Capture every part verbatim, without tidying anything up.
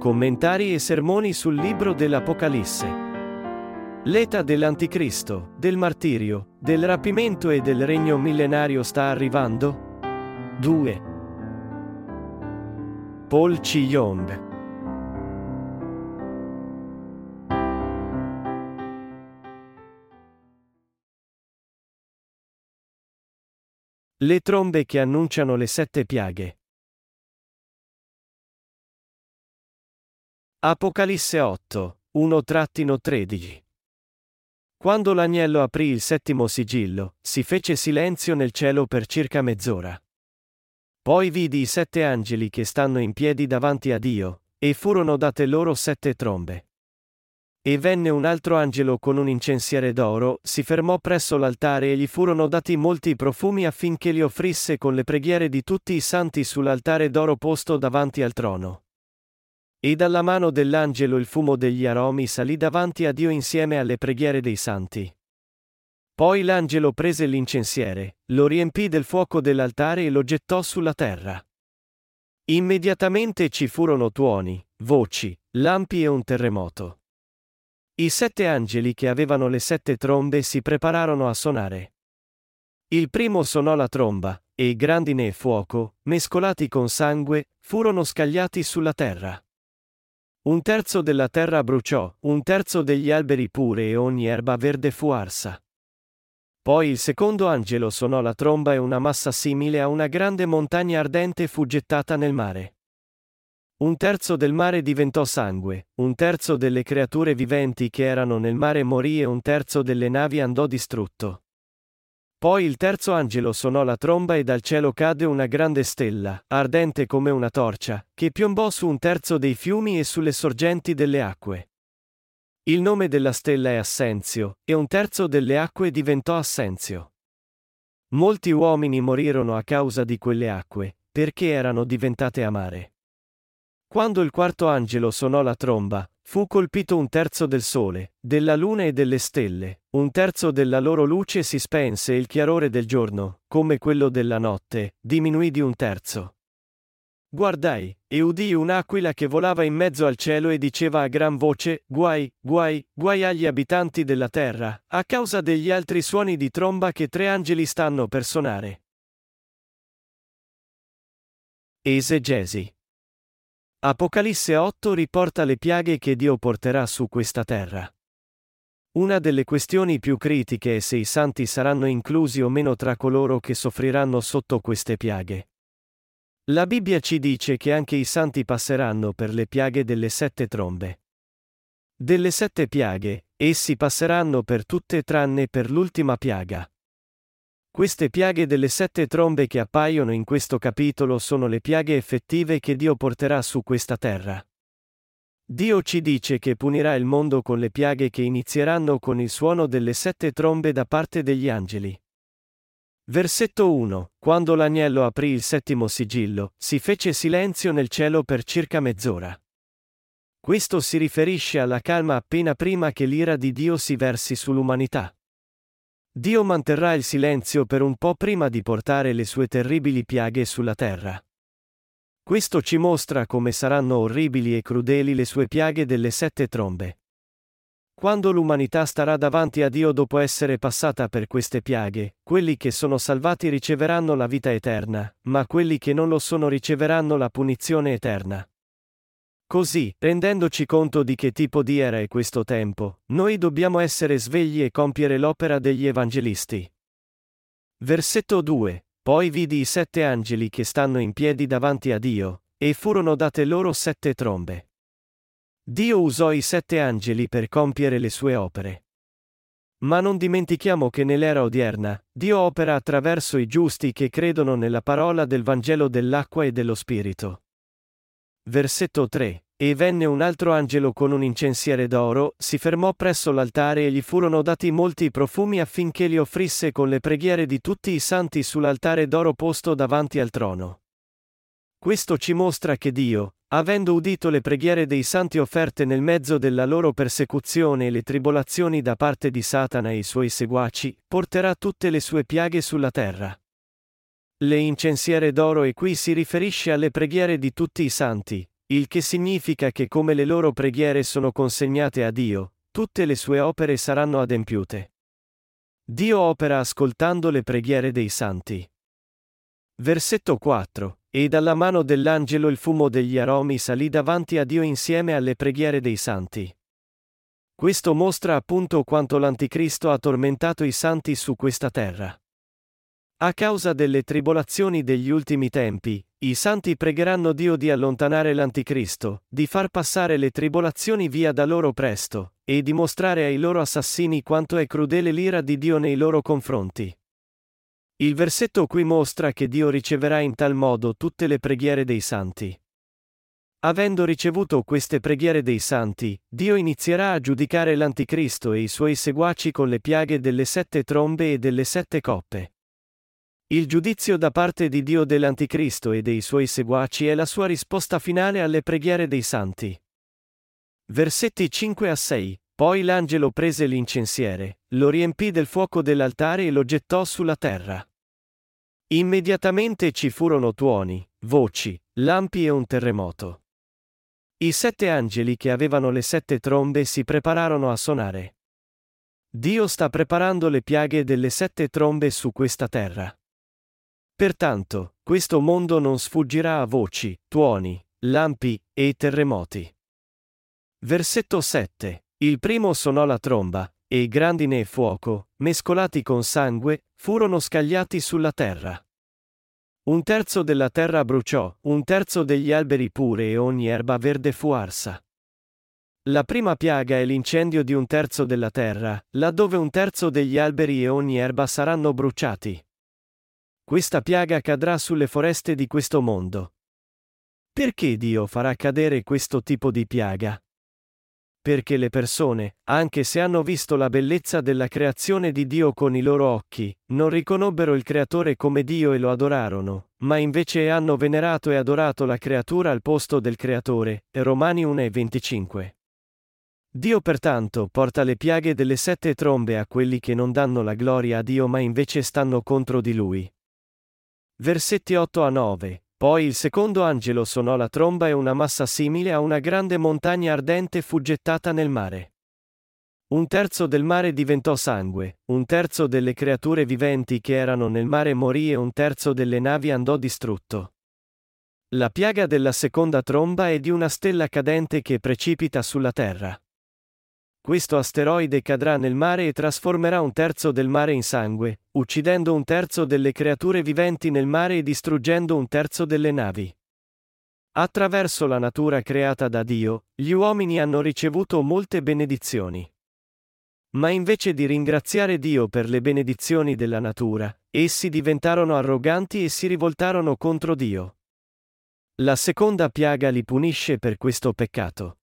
Commentari e sermoni sul libro dell'Apocalisse. L'età dell'Anticristo, del martirio, del rapimento e del regno millenario sta arrivando? due. Paul Chi-yong. Le trombe che annunciano le sette piaghe. Apocalisse otto, uno tredici. Quando l'agnello aprì il settimo sigillo, si fece silenzio nel cielo per circa mezz'ora. Poi vidi i sette angeli che stanno in piedi davanti a Dio, e furono date loro sette trombe. E venne un altro angelo con un incensiere d'oro, si fermò presso l'altare e gli furono dati molti profumi affinché li offrisse con le preghiere di tutti i santi sull'altare d'oro posto davanti al trono. E dalla mano dell'angelo il fumo degli aromi salì davanti a Dio insieme alle preghiere dei santi. Poi l'angelo prese l'incensiere, lo riempì del fuoco dell'altare e lo gettò sulla terra. Immediatamente ci furono tuoni, voci, lampi e un terremoto. I sette angeli che avevano le sette trombe si prepararono a suonare. Il primo suonò la tromba, e grandine e fuoco, mescolati con sangue, furono scagliati sulla terra. Un terzo della terra bruciò, un terzo degli alberi pure e ogni erba verde fu arsa. Poi il secondo angelo suonò la tromba e una massa simile a una grande montagna ardente fu gettata nel mare. Un terzo del mare diventò sangue, un terzo delle creature viventi che erano nel mare morì e un terzo delle navi andò distrutto. Poi il terzo angelo suonò la tromba e dal cielo cadde una grande stella, ardente come una torcia, che piombò su un terzo dei fiumi e sulle sorgenti delle acque. Il nome della stella è Assenzio, e un terzo delle acque diventò Assenzio. Molti uomini morirono a causa di quelle acque, perché erano diventate amare. Quando il quarto angelo suonò la tromba, fu colpito un terzo del sole, della luna e delle stelle, un terzo della loro luce si spense e il chiarore del giorno, come quello della notte, diminuì di un terzo. Guardai, e udii un'aquila che volava in mezzo al cielo e diceva a gran voce: guai, guai, guai agli abitanti della terra, a causa degli altri suoni di tromba che tre angeli stanno per suonare. Esegesi. Apocalisse otto riporta le piaghe che Dio porterà su questa terra. Una delle questioni più critiche è se i santi saranno inclusi o meno tra coloro che soffriranno sotto queste piaghe. La Bibbia ci dice che anche i santi passeranno per le piaghe delle sette trombe. Delle sette piaghe, essi passeranno per tutte tranne per l'ultima piaga. Queste piaghe delle sette trombe che appaiono in questo capitolo sono le piaghe effettive che Dio porterà su questa terra. Dio ci dice che punirà il mondo con le piaghe che inizieranno con il suono delle sette trombe da parte degli angeli. Versetto uno. Quando l'agnello aprì il settimo sigillo, si fece silenzio nel cielo per circa mezz'ora. Questo si riferisce alla calma appena prima che l'ira di Dio si versi sull'umanità. Dio manterrà il silenzio per un po' prima di portare le sue terribili piaghe sulla terra. Questo ci mostra come saranno orribili e crudeli le sue piaghe delle sette trombe. Quando l'umanità starà davanti a Dio dopo essere passata per queste piaghe, quelli che sono salvati riceveranno la vita eterna, ma quelli che non lo sono riceveranno la punizione eterna. Così, rendendoci conto di che tipo di era è questo tempo, noi dobbiamo essere svegli e compiere l'opera degli evangelisti. Versetto due. Poi vidi i sette angeli che stanno in piedi davanti a Dio, e furono date loro sette trombe. Dio usò i sette angeli per compiere le sue opere. Ma non dimentichiamo che nell'era odierna, Dio opera attraverso i giusti che credono nella parola del Vangelo dell'acqua e dello Spirito. Versetto tre. E venne un altro angelo con un incensiere d'oro, si fermò presso l'altare e gli furono dati molti profumi affinché li offrisse con le preghiere di tutti i santi sull'altare d'oro posto davanti al trono. Questo ci mostra che Dio, avendo udito le preghiere dei santi offerte nel mezzo della loro persecuzione e le tribolazioni da parte di Satana e i suoi seguaci, porterà tutte le sue piaghe sulla terra. Le incensiere d'oro e qui si riferisce alle preghiere di tutti i santi, il che significa che come le loro preghiere sono consegnate a Dio, tutte le sue opere saranno adempiute. Dio opera ascoltando le preghiere dei santi. Versetto quattro. E dalla mano dell'angelo il fumo degli aromi salì davanti a Dio insieme alle preghiere dei santi. Questo mostra appunto quanto l'Anticristo ha tormentato i santi su questa terra. A causa delle tribolazioni degli ultimi tempi, i santi pregheranno Dio di allontanare l'Anticristo, di far passare le tribolazioni via da loro presto, e di mostrare ai loro assassini quanto è crudele l'ira di Dio nei loro confronti. Il versetto qui mostra che Dio riceverà in tal modo tutte le preghiere dei santi. Avendo ricevuto queste preghiere dei santi, Dio inizierà a giudicare l'Anticristo e i suoi seguaci con le piaghe delle sette trombe e delle sette coppe. Il giudizio da parte di Dio dell'Anticristo e dei suoi seguaci è la sua risposta finale alle preghiere dei santi. Versetti cinque a sei. Poi l'angelo prese l'incensiere, lo riempì del fuoco dell'altare e lo gettò sulla terra. Immediatamente ci furono tuoni, voci, lampi e un terremoto. I sette angeli che avevano le sette trombe si prepararono a suonare. Dio sta preparando le piaghe delle sette trombe su questa terra. Pertanto, questo mondo non sfuggirà a voci, tuoni, lampi e terremoti. Versetto sette. Il primo suonò la tromba, e grandine e fuoco, mescolati con sangue, furono scagliati sulla terra. Un terzo della terra bruciò, un terzo degli alberi pure e ogni erba verde fu arsa. La prima piaga è l'incendio di un terzo della terra, laddove un terzo degli alberi e ogni erba saranno bruciati. Questa piaga cadrà sulle foreste di questo mondo. Perché Dio farà cadere questo tipo di piaga? Perché le persone, anche se hanno visto la bellezza della creazione di Dio con i loro occhi, non riconobbero il Creatore come Dio e lo adorarono, ma invece hanno venerato e adorato la creatura al posto del Creatore. Romani uno e venticinque. Dio pertanto porta le piaghe delle sette trombe a quelli che non danno la gloria a Dio ma invece stanno contro di Lui. Versetti otto a nove. Poi il secondo angelo suonò la tromba e una massa simile a una grande montagna ardente fu gettata nel mare. Un terzo del mare diventò sangue, un terzo delle creature viventi che erano nel mare morì e un terzo delle navi andò distrutto. La piaga della seconda tromba è di una stella cadente che precipita sulla terra. Questo asteroide cadrà nel mare e trasformerà un terzo del mare in sangue, uccidendo un terzo delle creature viventi nel mare e distruggendo un terzo delle navi. Attraverso la natura creata da Dio, gli uomini hanno ricevuto molte benedizioni. Ma invece di ringraziare Dio per le benedizioni della natura, essi diventarono arroganti e si rivoltarono contro Dio. La seconda piaga li punisce per questo peccato.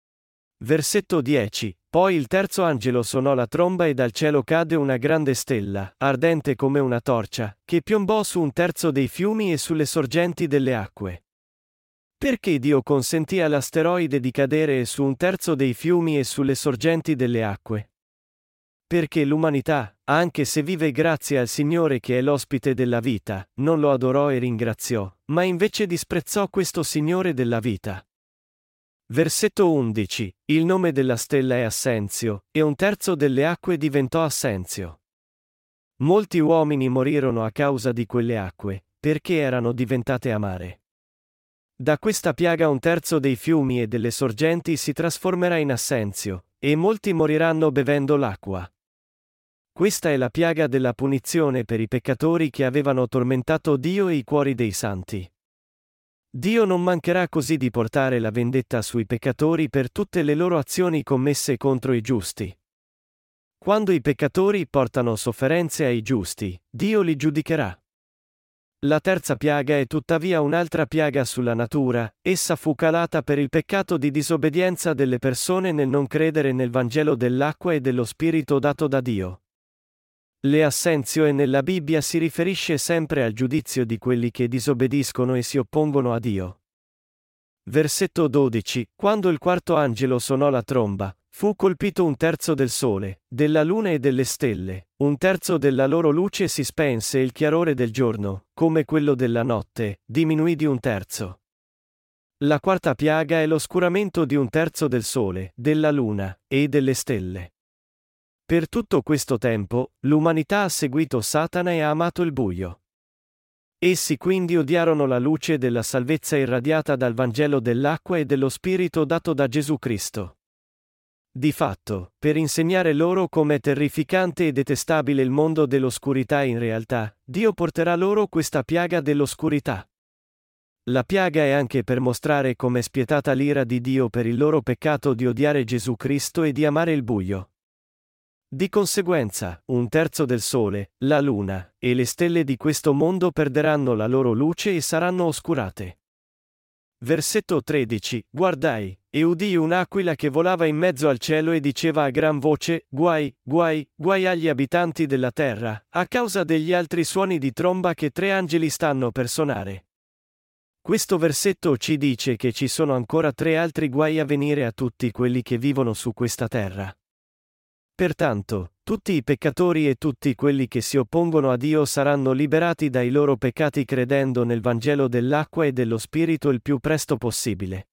Versetto dieci. Poi il terzo angelo suonò la tromba e dal cielo cadde una grande stella, ardente come una torcia, che piombò su un terzo dei fiumi e sulle sorgenti delle acque. Perché Dio consentì all'asteroide di cadere su un terzo dei fiumi e sulle sorgenti delle acque? Perché l'umanità, anche se vive grazie al Signore che è l'ospite della vita, non lo adorò e ringraziò, ma invece disprezzò questo Signore della vita. Versetto undici. Il nome della stella è Assenzio, e un terzo delle acque diventò Assenzio. Molti uomini morirono a causa di quelle acque, perché erano diventate amare. Da questa piaga un terzo dei fiumi e delle sorgenti si trasformerà in Assenzio, e molti moriranno bevendo l'acqua. Questa è la piaga della punizione per i peccatori che avevano tormentato Dio e i cuori dei santi. Dio non mancherà così di portare la vendetta sui peccatori per tutte le loro azioni commesse contro i giusti. Quando i peccatori portano sofferenze ai giusti, Dio li giudicherà. La terza piaga è tuttavia un'altra piaga sulla natura, essa fu calata per il peccato di disobbedienza delle persone nel non credere nel Vangelo dell'acqua e dello Spirito dato da Dio. Le Assenzio e nella Bibbia si riferisce sempre al giudizio di quelli che disobbediscono e si oppongono a Dio. Versetto dodici. Quando il quarto angelo suonò la tromba, fu colpito un terzo del sole, della luna e delle stelle, un terzo della loro luce si spense e il chiarore del giorno, come quello della notte, diminuì di un terzo. La quarta piaga è l'oscuramento di un terzo del sole, della luna, e delle stelle. Per tutto questo tempo, l'umanità ha seguito Satana e ha amato il buio. Essi quindi odiarono la luce della salvezza irradiata dal Vangelo dell'acqua e dello Spirito dato da Gesù Cristo. Di fatto, per insegnare loro com'è terrificante e detestabile il mondo dell'oscurità in realtà, Dio porterà loro questa piaga dell'oscurità. La piaga è anche per mostrare com'è spietata l'ira di Dio per il loro peccato di odiare Gesù Cristo e di amare il buio. Di conseguenza, un terzo del sole, la luna, e le stelle di questo mondo perderanno la loro luce e saranno oscurate. Versetto tredici. Guardai, e udii un'aquila che volava in mezzo al cielo e diceva a gran voce: Guai, guai, guai agli abitanti della terra, a causa degli altri suoni di tromba che tre angeli stanno per suonare. Questo versetto ci dice che ci sono ancora tre altri guai a venire a tutti quelli che vivono su questa terra. Pertanto, tutti i peccatori e tutti quelli che si oppongono a Dio saranno liberati dai loro peccati credendo nel Vangelo dell'acqua e dello Spirito il più presto possibile.